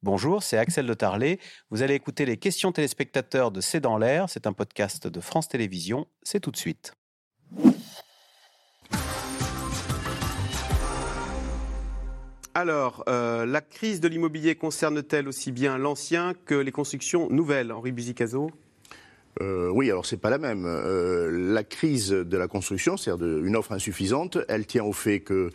Bonjour, c'est Axel de Tarlet. Vous allez écouter les questions téléspectateurs de C'est dans l'air. C'est un podcast de France Télévisions. C'est tout de suite. Alors, la crise de l'immobilier concerne-t-elle aussi bien l'ancien que les constructions nouvelles, Henri Buzicazo ? Oui, alors c'est pas la même. La crise de la construction, c'est-à-dire une offre insuffisante, elle tient au fait que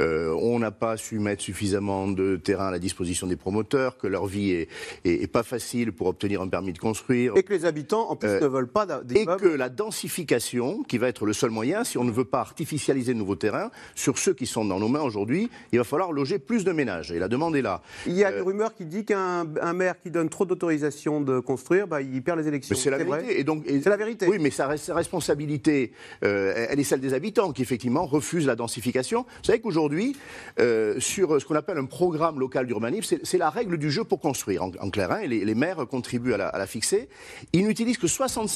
on n'a pas su mettre suffisamment de terrain à la disposition des promoteurs, que leur vie est pas facile pour obtenir un permis de construire. Et que les habitants, en plus, ne veulent pas d'immeubles. Et que la densification, qui va être le seul moyen, si on ne veut pas artificialiser de nouveaux terrains, sur ceux qui sont dans nos mains aujourd'hui, il va falloir loger plus de ménages. Et la demande est là. Il y a des rumeurs qui disent qu'un maire qui donne trop d'autorisation de construire, il perd les élections. Mais c'est la vérité. C'est la vérité. Oui, mais sa responsabilité, elle est celle des habitants qui, effectivement, refusent la densification. Vous savez qu'aujourd'hui, sur ce qu'on appelle un programme local d'urbanisme, c'est la règle du jeu pour construire. En clair, hein, les maires contribuent à la fixer. Ils n'utilisent que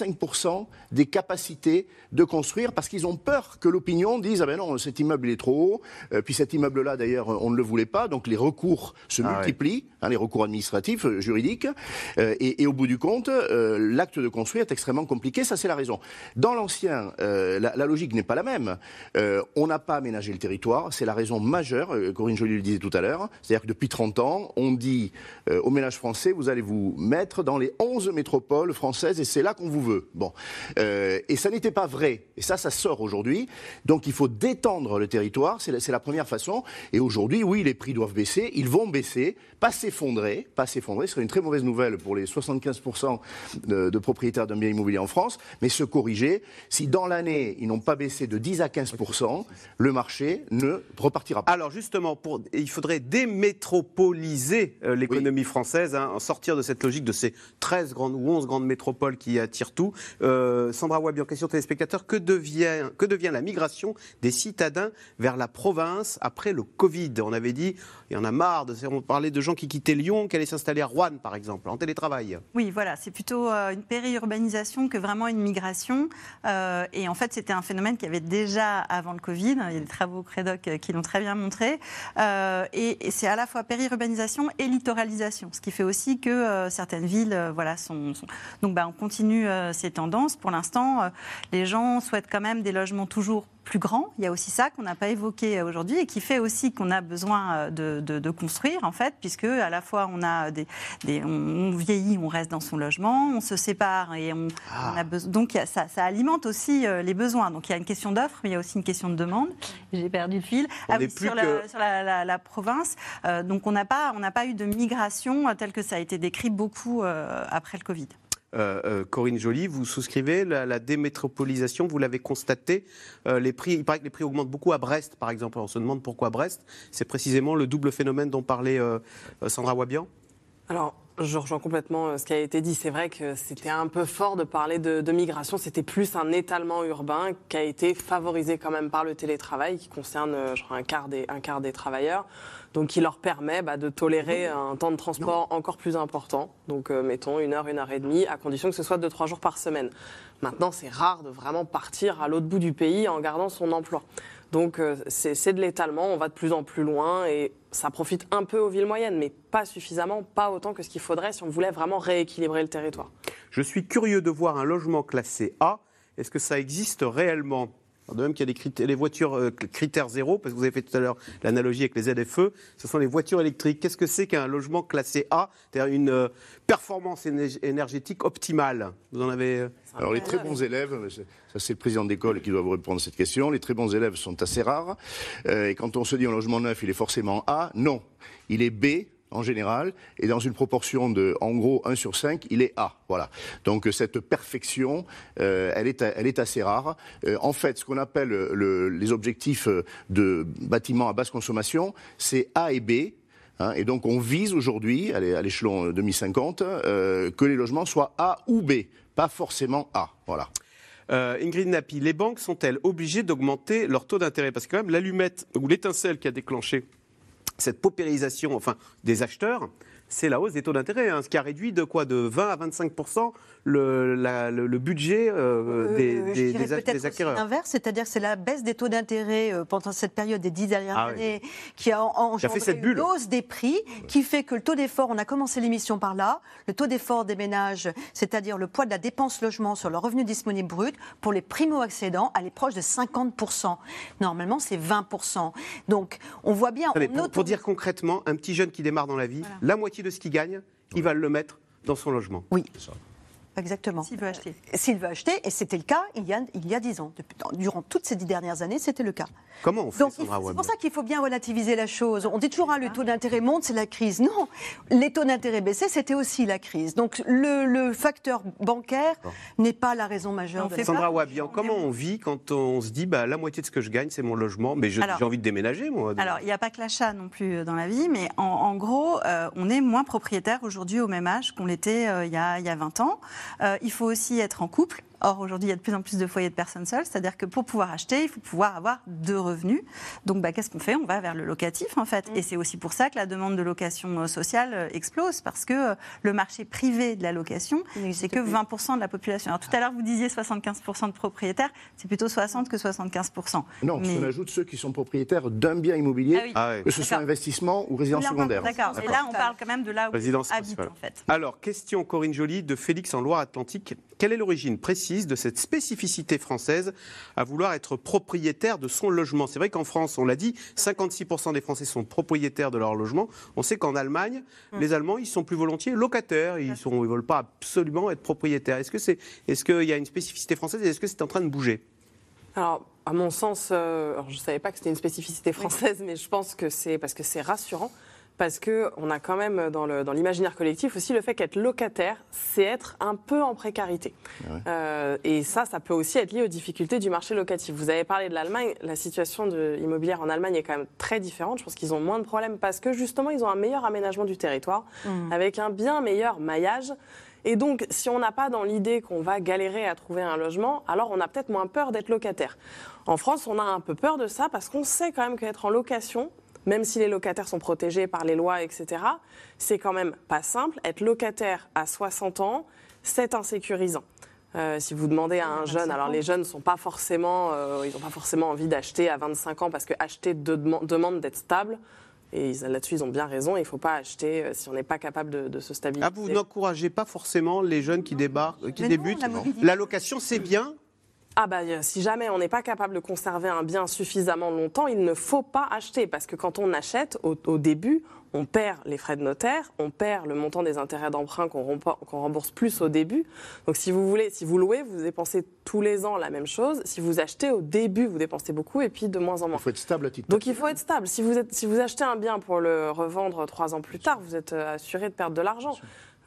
65% des capacités de construire parce qu'ils ont peur que l'opinion dise « Ah ben non, cet immeuble il est trop haut. Puis cet immeuble-là, d'ailleurs, on ne le voulait pas. » Donc les recours se multiplient, hein, les recours administratifs, juridiques. Et au bout du compte, l'acte de construire est extrêmement compliqué, ça c'est la raison. Dans l'ancien, la logique n'est pas la même. On n'a pas aménagé le territoire, c'est la raison majeure, Corinne Joly le disait tout à l'heure, c'est-à-dire que depuis 30 ans, on dit aux ménages français, vous allez vous mettre dans les 11 métropoles françaises et c'est là qu'on vous veut. Bon. Et ça n'était pas vrai, et ça sort aujourd'hui, donc il faut détendre le territoire, c'est la première façon, et aujourd'hui, oui, les prix doivent baisser, ils vont baisser, pas s'effondrer, ce serait une très mauvaise nouvelle pour les 75% de propriétaires d'un bien immobilier en France, mais se corriger. Si dans l'année, ils n'ont pas baissé de 10 à 15%, le marché ne repartira pas. Alors justement, il faudrait démétropoliser l'économie française, hein, sortir de cette logique de ces 13 grandes ou 11 grandes métropoles qui attirent tout. Sandra Wabi, en question téléspectateur, que devient la migration des citadins vers la province après le Covid ? On avait dit, il y en a marre, on parlait de gens qui quittaient Lyon, qui allaient s'installer à Rouen, par exemple, en télétravail. Oui, voilà, c'est plutôt une périurbanisation que vraiment une migration. Et en fait, c'était un phénomène qui avait déjà avant le Covid. Il y a des travaux au Crédoc qui l'ont très bien montré. Et c'est à la fois périurbanisation et littoralisation, ce qui fait aussi que certaines villes, sont... Donc, on continue ces tendances. Pour l'instant, les gens souhaitent quand même des logements toujours plus grand. Il y a aussi ça qu'on n'a pas évoqué aujourd'hui et qui fait aussi qu'on a besoin de construire, en fait, puisque à la fois on a on vieillit, on reste dans son logement, on se sépare et on a besoin. Donc ça alimente aussi les besoins. Donc il y a une question d'offre, mais il y a aussi une question de demande. J'ai perdu le fil. Sur la province. Donc on n'a pas eu de migration telle que ça a été décrit beaucoup après le Covid. Corinne Joly, vous souscrivez la démétropolisation, vous l'avez constaté, il paraît que les prix augmentent beaucoup à Brest, par exemple. On se demande pourquoi Brest. C'est précisément le double phénomène dont parlait Sandra Wabian. Alors, je rejoins complètement ce qui a été dit. C'est vrai que c'était un peu fort de parler de migration. C'était plus un étalement urbain qui a été favorisé quand même par le télétravail, qui concerne, je crois, un quart des travailleurs. Donc, qui leur permet de tolérer un temps de transport encore plus important. Donc, mettons 1 heure, 1 heure et demie, à condition que ce soit 2-3 jours par semaine. Maintenant, c'est rare de vraiment partir à l'autre bout du pays en gardant son emploi. Donc, c'est de l'étalement. On va de plus en plus loin et ça profite un peu aux villes moyennes, mais pas suffisamment, pas autant que ce qu'il faudrait si on voulait vraiment rééquilibrer le territoire. Je suis curieux de voir un logement classé A. Est-ce que ça existe réellement ? De même qu'il y a les voitures critères zéro, parce que vous avez fait tout à l'heure l'analogie avec les ZFE, ce sont les voitures électriques. Qu'est-ce que c'est qu'un logement classé A, c'est-à-dire une performance énergétique optimale ? Vous en avez... Alors les très bons élèves, ça c'est le président d'école qui doit vous répondre à cette question, les très bons élèves sont assez rares. Et quand on se dit un logement neuf, il est forcément A, non, il est B, en général, et dans une proportion de, en gros, 1 sur 5, il est A. Voilà. Donc cette perfection, elle est assez rare. En fait, ce qu'on appelle les objectifs de bâtiments à basse consommation, c'est A et B. Hein, et donc on vise aujourd'hui, à l'échelon 2050, que les logements soient A ou B, pas forcément A. Voilà. Ingrid Napi, les banques sont-elles obligées d'augmenter leur taux d'intérêt ? Parce que quand même, l'allumette ou l'étincelle qui a déclenché cette paupérisation des acheteurs, c'est la hausse des taux d'intérêt, ce qui a réduit de 20 à 25% le budget des acquéreurs. L'inverse, c'est-à-dire que c'est la baisse des taux d'intérêt pendant cette période des 10 dernières années qui a engendré une hausse des prix, qui fait que le taux d'effort, on a commencé l'émission par là, le taux d'effort des ménages, c'est-à-dire le poids de la dépense logement sur le revenu disponible brut, pour les primo-accédants, elle est proche de 50%. Normalement, c'est 20%. Donc, on voit bien... Pour dire concrètement, un petit jeune qui démarre dans la vie, la moitié de ce qu'il gagne, il va le mettre dans son logement. Oui. Exactement. S'il veut acheter. S'il veut acheter, et c'était le cas il y a 10 ans. Durant toutes ces 10 dernières années, c'était le cas. Comment on fait, Donc, Sandra Wab? C'est pour ça qu'il faut bien relativiser la chose. On dit toujours, le taux d'intérêt monte, c'est la crise. Non, les taux d'intérêt baissaient, c'était aussi la crise. Donc, le facteur bancaire n'est pas la raison majeure. Sandra Wabian, comment on vit quand on se dit, la moitié de ce que je gagne, c'est mon logement, mais j'ai envie de déménager, moi. Alors, il n'y a pas que l'achat non plus dans la vie, mais en gros, on est moins propriétaire aujourd'hui au même âge qu'on l'était il y a 20 ans. Il faut aussi être en couple. Or, aujourd'hui, il y a de plus en plus de foyers de personnes seules, c'est-à-dire que pour pouvoir acheter, il faut pouvoir avoir 2 revenus. Donc, qu'est-ce qu'on fait? On va vers le locatif, en fait. Et c'est aussi pour ça que la demande de location sociale explose, parce que le marché privé de la location, c'est que 20% de la population. Alors, tout à l'heure, vous disiez 75% de propriétaires, c'est plutôt 60 que 75%. Non, si on ajoute ceux qui sont propriétaires d'un bien immobilier, que ce soit investissement ou résidence secondaire. D'accord. Et là, on parle quand même de là où on habite, en fait. Alors, question Corinne Joly de Félix en Loire-Atlantique. Quelle est l'origine précise de cette spécificité française à vouloir être propriétaire de son logement? C'est vrai qu'en France, on l'a dit, 56% des Français sont propriétaires de leur logement. On sait qu'en Allemagne, les Allemands, ils sont plus volontiers locataires. Ils ne veulent pas absolument être propriétaires. Est-ce qu'il y a une spécificité française et est-ce que c'est en train de bouger? Alors, à mon sens, je ne savais pas que c'était une spécificité française, mais je pense que c'est parce que c'est rassurant. Parce qu'on a quand même dans l'imaginaire collectif aussi le fait qu'être locataire, c'est être un peu en précarité. Et ça peut aussi être lié aux difficultés du marché locatif. Vous avez parlé de l'Allemagne, la situation immobilière en Allemagne est quand même très différente. Je pense qu'ils ont moins de problèmes parce que justement, ils ont un meilleur aménagement du territoire, avec un bien meilleur maillage. Et donc, si on n'a pas dans l'idée qu'on va galérer à trouver un logement, alors on a peut-être moins peur d'être locataire. En France, on a un peu peur de ça parce qu'on sait quand même qu'être en location, même si les locataires sont protégés par les lois, etc., c'est quand même pas simple. Être locataire à 60 ans, c'est insécurisant. Si vous demandez à un jeune, alors les jeunes n'ont pas forcément envie d'acheter à 25 ans parce que acheter demande d'être stable. Et là-dessus, ils ont bien raison. Il ne faut pas acheter si on n'est pas capable de se stabiliser. Vous n'encouragez pas forcément les jeunes qui débutent. La location, c'est bien. Si jamais on n'est pas capable de conserver un bien suffisamment longtemps, il ne faut pas acheter. Parce que quand on achète, au début, on perd les frais de notaire, on perd le montant des intérêts d'emprunt qu'on rembourse plus au début. Donc si vous louez, vous dépensez tous les ans la même chose. Si vous achetez, au début, vous dépensez beaucoup et puis de moins en moins. Il faut être stable à titre. Donc il faut être stable. Si vous achetez un bien pour le revendre 3 ans plus tard, vous êtes assuré de perdre de l'argent.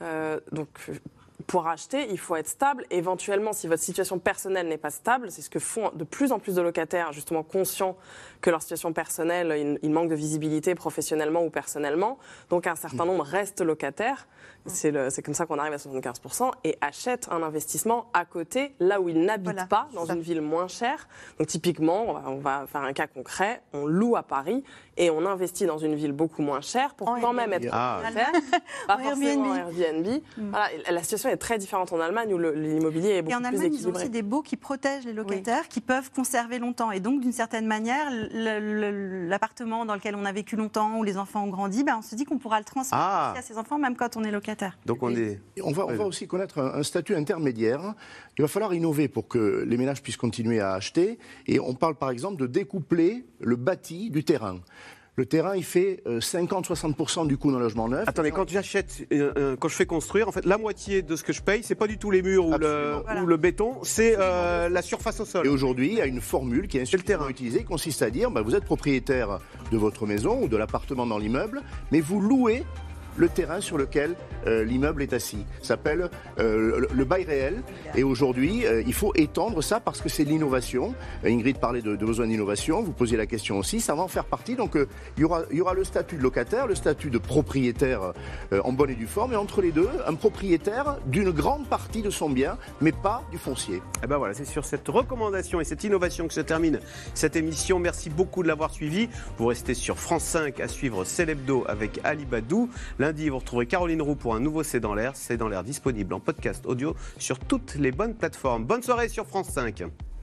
Pour acheter, il faut être stable. Éventuellement, si votre situation personnelle n'est pas stable, c'est ce que font de plus en plus de locataires, justement conscients que leur situation personnelle, il manque de visibilité professionnellement ou personnellement. Donc un certain nombre restent locataires. C'est comme ça qu'on arrive à 75% et achètent un investissement à côté, là où ils n'habitent pas, dans une ville moins chère. Donc typiquement, on va faire un cas concret, on loue à Paris et on investit dans une ville beaucoup moins chère pour quand même être locataire, pas forcément Airbnb. Voilà, la situation est très différente en Allemagne où l'immobilier est beaucoup plus équilibré. Et en Allemagne, ils ont aussi des baux qui protègent les locataires, qui peuvent conserver longtemps. Et donc, d'une certaine manière, l'appartement dans lequel on a vécu longtemps, où les enfants ont grandi, on se dit qu'on pourra le transmettre à ses enfants, même quand on est locataire. Donc on va aussi connaître un statut intermédiaire. Il va falloir innover pour que les ménages puissent continuer à acheter. Et on parle par exemple de découpler le bâti du terrain. Le terrain, il fait 50-60% du coût d'un logement neuf. Attendez, quand j'achète, quand je fais construire, en fait, la moitié de ce que je paye, c'est pas du tout les murs ou le béton, c'est la surface au sol. Et aujourd'hui, il y a une formule qui est insuffisamment utilisée, qui consiste à dire, vous êtes propriétaire de votre maison ou de l'appartement dans l'immeuble, mais vous louez le terrain sur lequel l'immeuble est assis. Ça s'appelle le bail réel. Et aujourd'hui, il faut étendre ça parce que c'est de l'innovation. Ingrid parlait de besoin d'innovation. Vous posiez la question aussi. Ça va en faire partie. Donc, il y aura le statut de locataire, le statut de propriétaire en bonne et due forme. Et entre les deux, un propriétaire d'une grande partie de son bien, mais pas du foncier. Et voilà, c'est sur cette recommandation et cette innovation que se termine cette émission. Merci beaucoup de l'avoir suivi. Vous restez sur France 5 à suivre C'est l'Hebdo avec Ali Badou. Lundi, vous retrouverez Caroline Roux pour un nouveau C'est dans l'air. C'est dans l'air disponible en podcast audio sur toutes les bonnes plateformes. Bonne soirée sur France 5.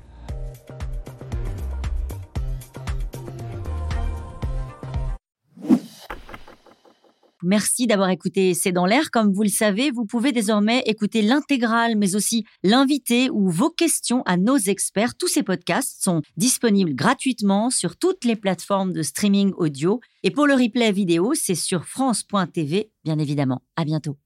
Merci d'avoir écouté C'est dans l'air. Comme vous le savez, vous pouvez désormais écouter l'intégrale, mais aussi l'invité ou vos questions à nos experts. Tous ces podcasts sont disponibles gratuitement sur toutes les plateformes de streaming audio. Et pour le replay vidéo, c'est sur France.tv, bien évidemment. À bientôt.